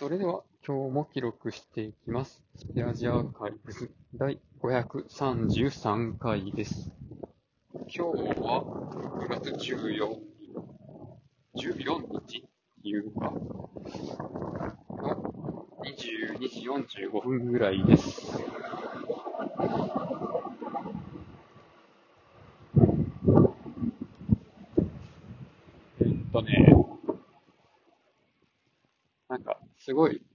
それでは今日も記録していきます。スペアジアーカイブズ第533回です。今日は6月14日っていうか、22時45分ぐらいです。ね、なんかすごい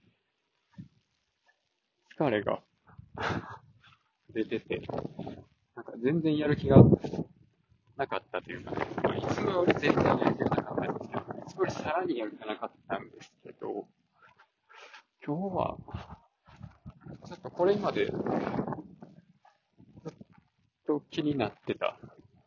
疲れが出てて、なんか全然やる気がなかったというか、いつもより全然やる気がなかったんですけど、いつもよりさらにやる気がなかったんですけど、今日はちょっとこれまでずっと気になってた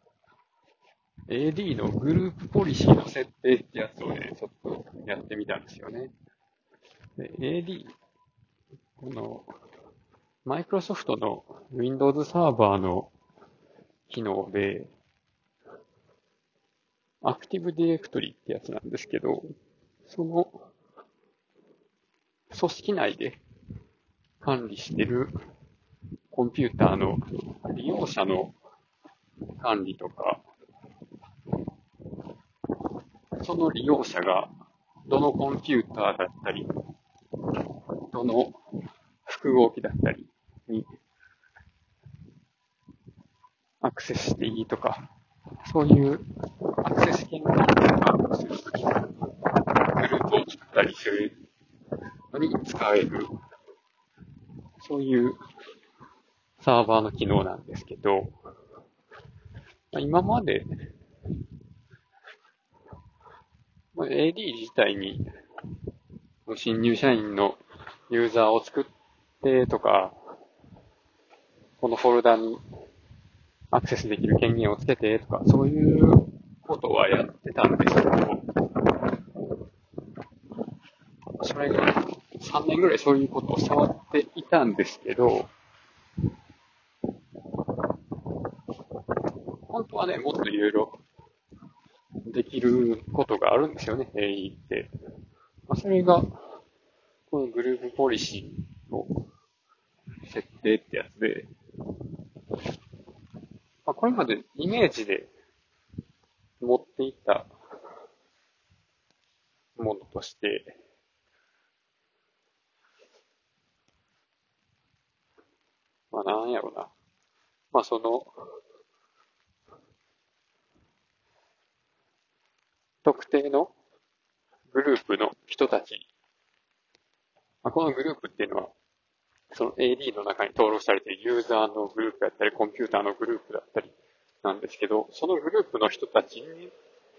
AD のグループポリシーの設定ってやつをね、ちょっとやってみたんですよね。で AD、この、マイクロソフトの Windows サーバーの機能で、Active Directory ってやつなんですけど、その組織内で管理してるコンピューターの利用者の管理とか、その利用者がどのコンピューターだったり、どの複合機だったりにアクセスしていいとか、そういうアクセス権限とかアクセスグループを作ったりするのに使える、そういうサーバーの機能なんですけど、今まで AD 自体に新入社員のユーザーを作ってとか、このフォルダにアクセスできる権限をつけてとか、そういうことはやってたんですけど、それが3年ぐらいそういうことを触っていたんですけど、本当はね、もっといろいろできることがあるんですよね、AE って。それが、このグループポリシーの設定ってやつで、これまでイメージで持っていたものとして、なんやろな。その、特定のグループの人たち、このグループっていうのは、その AD の中に登録されているユーザーのグループだったり、コンピューターのグループだったりなんですけど、そのグループの人たちに、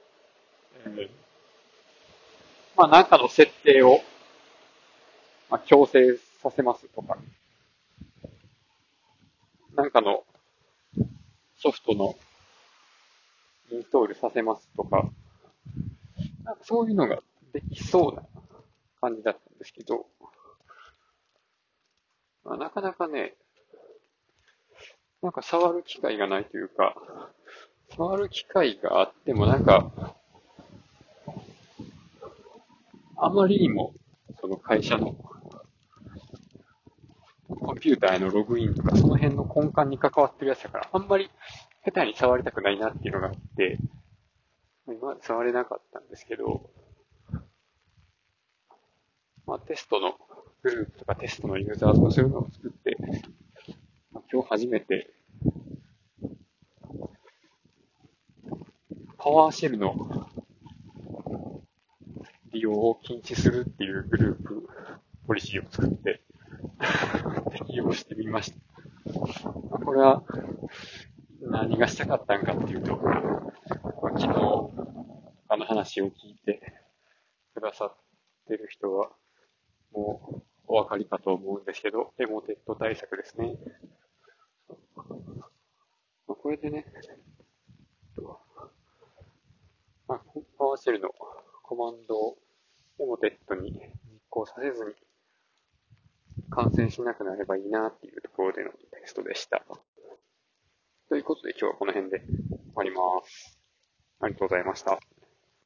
なんかの設定を、強制させますとか、なんかのソフトのインストールさせますとか、なんかそういうのができそうな感じだったんですけど、なかなかね、なんか触る機会がないというか、触る機会があってもなんか、あまりにも、その会社のコンピューターへのログインとか、その辺の根幹に関わってるやつだから、あんまり下手に触りたくないなっていうのがあって、今まで触れなかったんですけど、テストのグループとかテストのユーザーとかそういうのを作って、今日初めてパワーシェルの利用を禁止するっていうグループポリシーを作って適用してみました。これは何がしたかったんかっていうと、昨日の話を聞いてくださってる人はもうお分かりかと思うんですけど、エモテット対策ですね。これでね、パワーシェルのコマンドをエモテットに実行させずに感染しなくなればいいなっていうところでのテストでした。ということで今日はこの辺で終わります。ありがとうございました。